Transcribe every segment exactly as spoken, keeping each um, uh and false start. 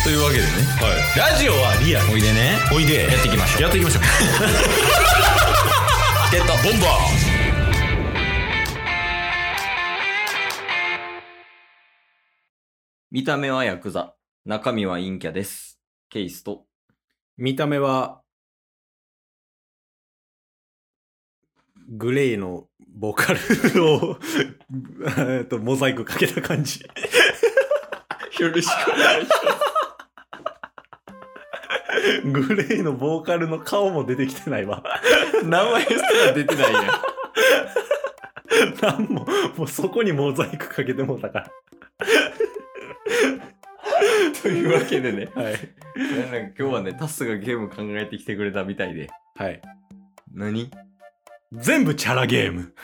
というわけでね、 はい、ラジオはリアル。 おいでね、 おいでやっていきましょう。 やっていきましょうゲットボンバー。見た目はヤクザ、中身は陰キャです。ケイスと。 見た目はグレーのボーカルをえっとモザイクかけた感じ。 よろしくお願いします。 グレーのボーカルの顔も出てきてないわ。 名前すら出てないやん。 なんも、もうそこにモザイクかけてもうたから。 というわけでね、 はい。 なんか今日はね、タスがゲーム考えてきてくれたみたいで。 はい。 何？ 全部チャラゲーム。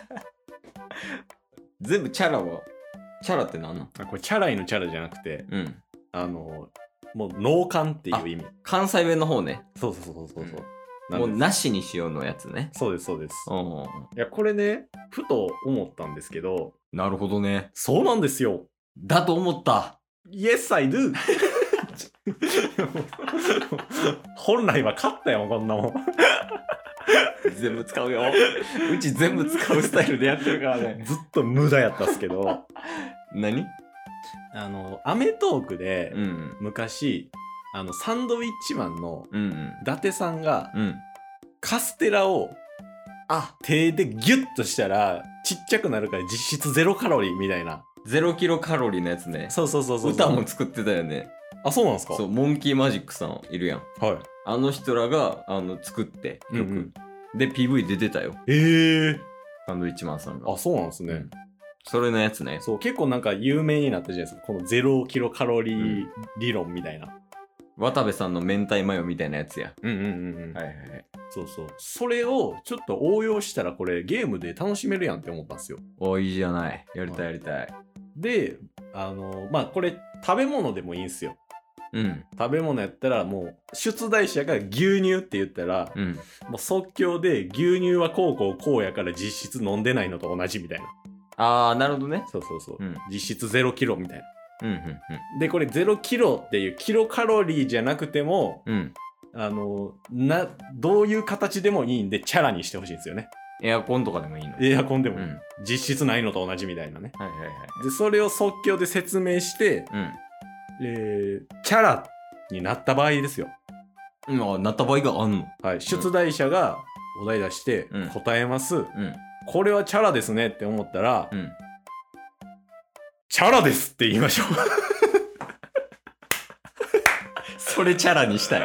全部チャラは、チャラって何なの？ あ、これチャラいのチャラじゃなくて、 うん。 あの、もう脳幹っていう意味。 関西弁の方ね。 そうそうそうそうそう。 うん、もうなしにしようのやつね。 そうですそうです。 うん。 いや、これね、ふと思ったんですけど。 なるほどね。 そうなんですよ。 だと思った。 Yes, I do. 本来は勝ったよ、こんなもん。 全部使うよ。うち全部使うスタイルでやってるからね。 ずっと無駄やったっすけど。 何？ あの、アメトークで、 うん、 昔、あの、サンドウィッチマンの伊達さんが、 うん、 カステラをあ手でギュッとしたらちっちゃくなるから実質ゼロカロリーみたいな。 ゼロキロカロリーのやつね。 そうそうそうそう。 歌も作ってたよね。 あ、そうなんですか？ そう、モンキーマジックさんいるやん。 はい。 あの人らがあの作って曲、うんうん、で ピーブイ 出てたよ。 えー、 サンドウィッチマンさんが。 あ、そうなんですね、うん。 それのやつね。 そう、結構なんか有名になったじゃないですか。このゼロキロカロリー理論みたいな。 うん、渡部さんの明太マヨみたいなやつや。 うんうんうんうん。 はいはいはい。 そうそう。それをちょっと応用したらこれゲームで楽しめるやんって思ったんですよ。 お、いいじゃない。やりたいやりたい。 で、あのまあこれ食べ物でもいいんすよ。 うん。 食べ物やったらもう出題者が牛乳って言ったら、うん、もう即興で牛乳はこうこうこうやから実質飲んでないのと同じみたいな。 あー、なるほどね。 そうそうそう。 うん、 実質ゼロキロみたいな。 うんうんうん。 で、これゼロキロっていうキロカロリーじゃなくても、 うん、 あのなどういう形でもいいんでチャラにしてほしいんですよね。 エアコンとかでもいいの？ エアコンでもいい、 うん、 実質ないのと同じみたいなね。 はいはいはい。 でそれを即興で説明して、 うん、 えー、チャラになった場合ですよ。 うん、あ、なった場合があんの？ はい、出題者がお題出して答えます、うんうん、 これはチャラですねって思ったら、 うん、 チャラですって言いましょう。 それチャラにしたい。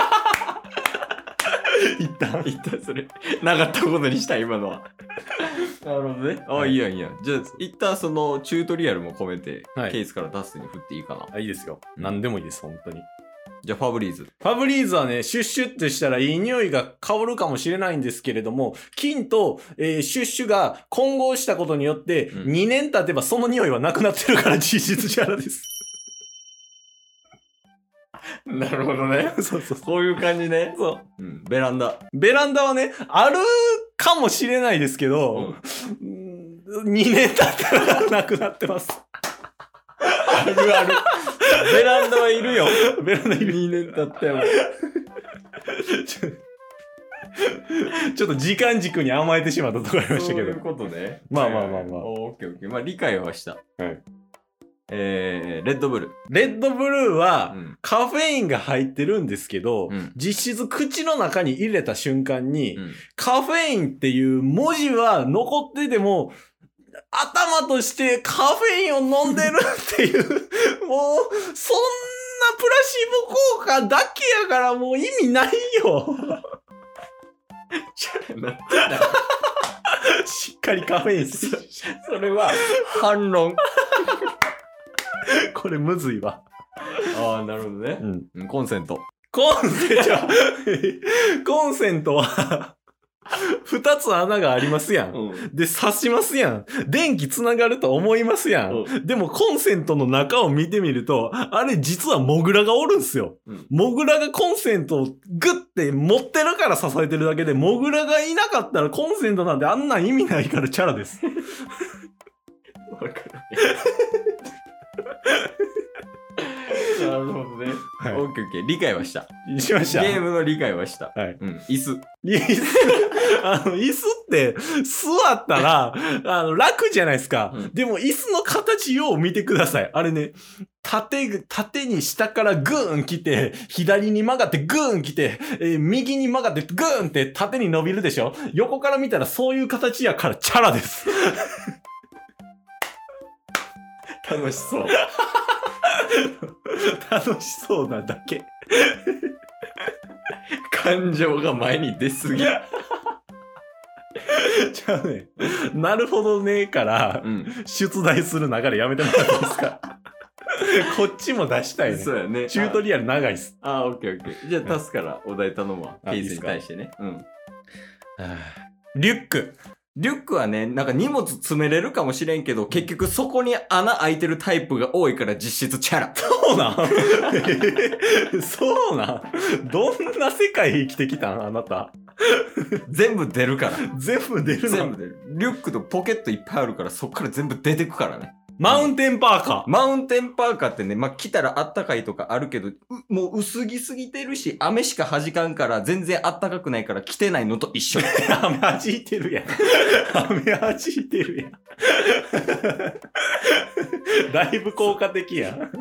一旦一旦それなかったことにしたい今のは。なるほどね。あ、はい、いいやいいや。じゃあ一旦そのチュートリアルも込めて、はい、ケースからタスに振っていいかな。 あ、いいですよ。うん、何でもいいです本当に。 じゃあファブリーズ。 ファブリーズはね、シュッシュってしたらいい匂いが香るかもしれないんですけれども、菌と、えー、シュッシュが混合したことによって、うん、にねん経てばその匂いはなくなってるから実質チャラです。 なるほどね。 そうそう。 こういう感じね。 そう。 うん。ベランダ。 ベランダはね、あるかもしれないですけど、うん、にねん経ったらなくなってます。 あるある。ベランダはいるよ。 ベランダいる。 にねん経ったよ。 ちょっと時間軸に甘えてしまったところありましたけど。 そういうことね。 まあまあまあまあ。 オッケーオッケー。まあ理解はした。 はい。 えー、レッドブル。 レッドブルーは、うん、カフェインが入ってるんですけど、うん、実質口の中に入れた瞬間に、うん、カフェインっていう文字は残ってても、頭としてカフェインを飲んでるっていう、もう、そんなプラシーボ効果だけやからもう意味ないよ。 チャラなってない。 しっかりカフェインする。 それは反論。 これむずいわ。 ああ、なるほどね。うん。コンセント。 コンセント。コンセントは、二つ穴がありますやん。うん、で、刺しますやん。電気つながると思いますやん。うん、でもコンセントの中を見てみると、あれ実はモグラがおるんすよ。うん、モグラがコンセントをグッて持ってるから支えてるだけで、モグラがいなかったらコンセントなんてあんなん意味ないからチャラです。 わかる。なるほどね。 ケーオッケー。理解はした。 しました。 ゲームの理解はした。 はい。 うん。椅子。 椅子、あの、椅子って、座ったら、あの、楽じゃないですか。うん、でも、椅子の形を見てください。あれね、縦、縦に下からグーン来て、左に曲がってグーン来て、えー、右に曲がってグーンって縦に伸びるでしょ。横から見たらそういう形やからチャラです。 楽しそう。 楽しそうなだけ。 感情が前に出すぎ。じゃあね、なるほどねから、うん、出題する流れやめてもらっていいですか。こっちも出したいね。 そうやね。 チュートリアル長いっす。 ああ、オッケーオッケー。じゃあ、タスからお題頼むわ。ケースに対してね。うん。 リュック。 リュックはね、なんか荷物詰めれるかもしれんけど、結局そこに穴開いてるタイプが多いから実質チャラ。 そうなんそうなんどんな世界生きてきたんあなた。 全部出るから。 全部出るの全部出る。リュックとポケットいっぱいあるから、そっから全部出てくからね。 マウンテンパーカー。 マウンテンパーカーってね、まあ、来たらあったかいとかあるけど、もう薄着すぎてるし、雨しか弾かんから全然あったかくないから着てないのと一緒。 雨弾いてるやん。雨弾いてるやん。だいぶ効果的やん。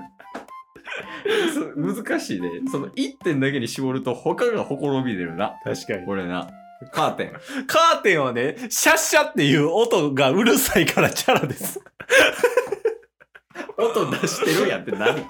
難しいね。そのいってんだけに絞ると他がほころび出るな。 確かに。 これな。カーテン。 カーテンはね、シャッシャっていう音がうるさいからチャラです。 音出してるやんってなるし。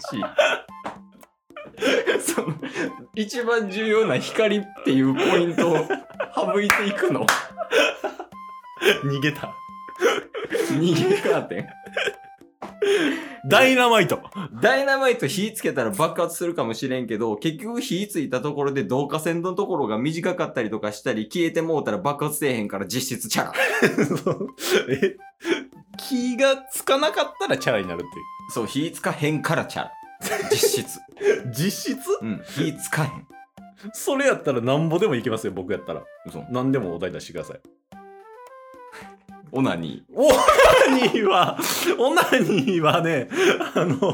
その、一番重要な光っていうポイントを省いていくの。 逃げた。 逃げカーテン。 ダイナマイト。 ダイナマイト火つけたら爆発するかもしれんけど、結局火ついたところで導火線のところが短かったりとかしたり、消えてもうたら爆発せえへんから実質チャラ。 え気がつかなかったらチャラになるっていう。 そう、火つかへんからチャラ。実質。 実質うん、火つかへん。 それやったらなんぼでもいけますよ、僕やったら。 嘘。 何でもお題出してください。 オナニー。オナニーは、オナニーはね、あの、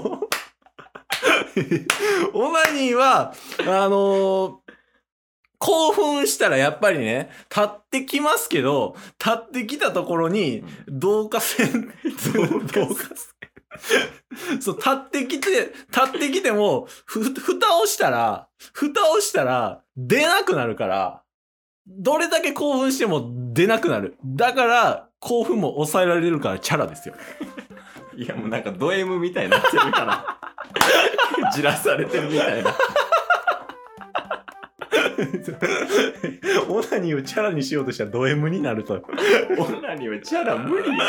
オナニーは、あの、興奮したらやっぱりね、立ってきますけど、立ってきたところに、導火線、導火線。そう、立ってきて、立ってきても、ふ、蓋をしたら、蓋をしたら、出なくなるから、どれだけ興奮しても出なくなる。だから、興奮も抑えられるからチャラですよ。 いやもうなんかド M みたいになってるから。じらされてるみたいな。 オナニーをチャラにしようとしたらド M になると。 オナニーはチャラ無理や。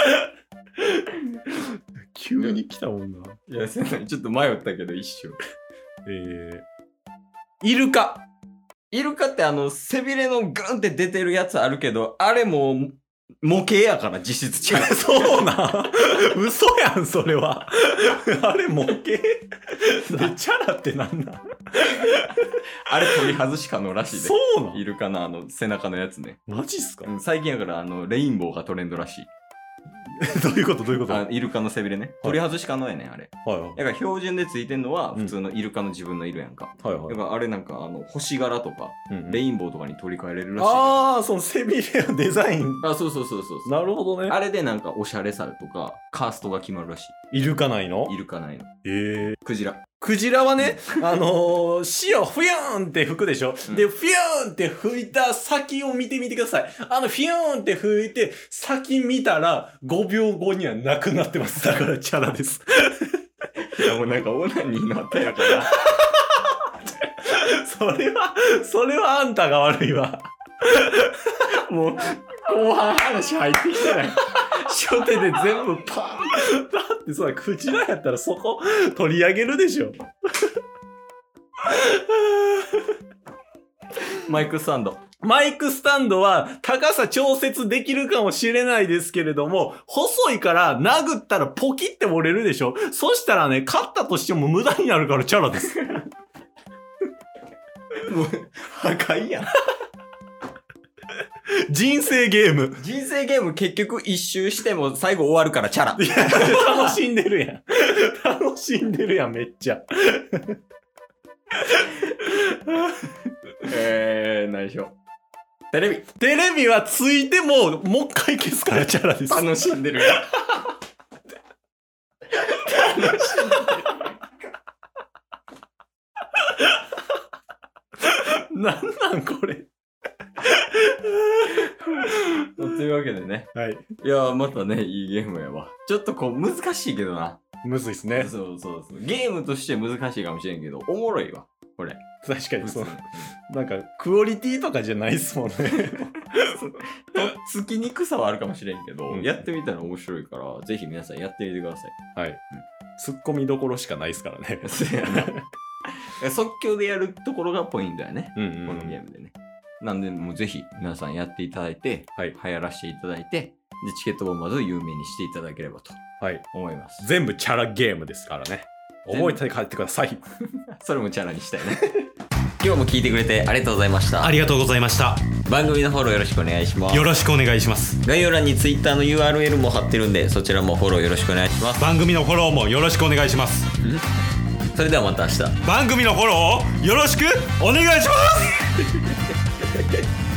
急に来たもんな。 いや、ちょっと迷ったけど一瞬。 えー、イルカ。 イルカってあの背びれのグンって出てるやつあるけど、あれも模型やから実質チャラ。 そうなん嘘やんそれは。あれ模型でチャラってなんなんあれ取り外し可能らしいで。 そうなんイルカのあの背中のやつね。 マジっすか、 うん、最近やからあのレインボーがトレンドらしい。 どういうことどういうことあイルカの背びれね。取り外し可能やねんあれ。 はいはい。 だから標準でついてんのは普通のイルカの自分の色やんか。 はいはい。 だからあれなんかあの星柄とか、うんうん、レインボーとかに取り替えれるらしい。 ああ、その背びれのデザイン。 あ、そうそうそうそう。 なるほどね。 あれでなんかおしゃれさとかカーストが決まるらしい。イルカないの？ イルカないの。 ええー。 クジラ。 クジラはね、あのー、潮フィューンって吹くでしょ、うん、で、フィューンって吹いた先を見てみてください。あの、フィューンって吹いて、先見たら、ごびょうごにはなくなってます。だからチャラです。 いや、もうなんかオナニーの後やから。 それは、それはあんたが悪いわ。 もう、後半話入ってきたら、初手で全部パーン。 だってそらクジラやったらそこ取り上げるでしょ。 マイクスタンド。 マイクスタンドは高さ調節できるかもしれないですけれども、細いから殴ったらポキって折れるでしょ。そしたらね、勝ったとしても無駄になるからチャラです。 もう、破壊やん。 人生ゲーム。 人生ゲーム結局一周しても最後終わるからチャラ。 いや、楽しんでるやん。楽しんでるやん、めっちゃ。 えー、何しよう。テレビ。 テレビはついても、もう一回消すからチャラです。 楽しんでるやん。楽しんでる。 なんなんこれ。 というわけでね。 はい。 いや、またね、いいゲームやわ。ちょっとこう、難しいけどな。 むずいっすね。 そうそうそう。ゲームとして難しいかもしれんけど、おもろいわ。これ。 確かにそう。なんか、クオリティとかじゃないっすもんね。とっつきにくさはあるかもしれんけど、 うん、 やってみたら面白いから、ぜひ皆さんやってみてください。 はい。うん、ツッコミどころしかないっすからね。 そうやな。即興でやるところがポイントやね。 うんうんうん、 このゲームでね。なんで、もうぜひ皆さんやっていただいて、はい、流行らせていただいて、で、チケットボンバーズを有名にしていただければと思います。 はい、全部チャラゲームですからね。覚えて帰ってください。 それもチャラにしたいね。今日も聞いてくれてありがとうございました。 ありがとうございました。 番組のフォローよろしくお願いします。 よろしくお願いします。 概要欄に Twitter の ユーアールエル も貼ってるんで、そちらもフォローよろしくお願いします。 番組のフォローもよろしくお願いします。 それではまた明日。 番組のフォローをよろしくお願いします。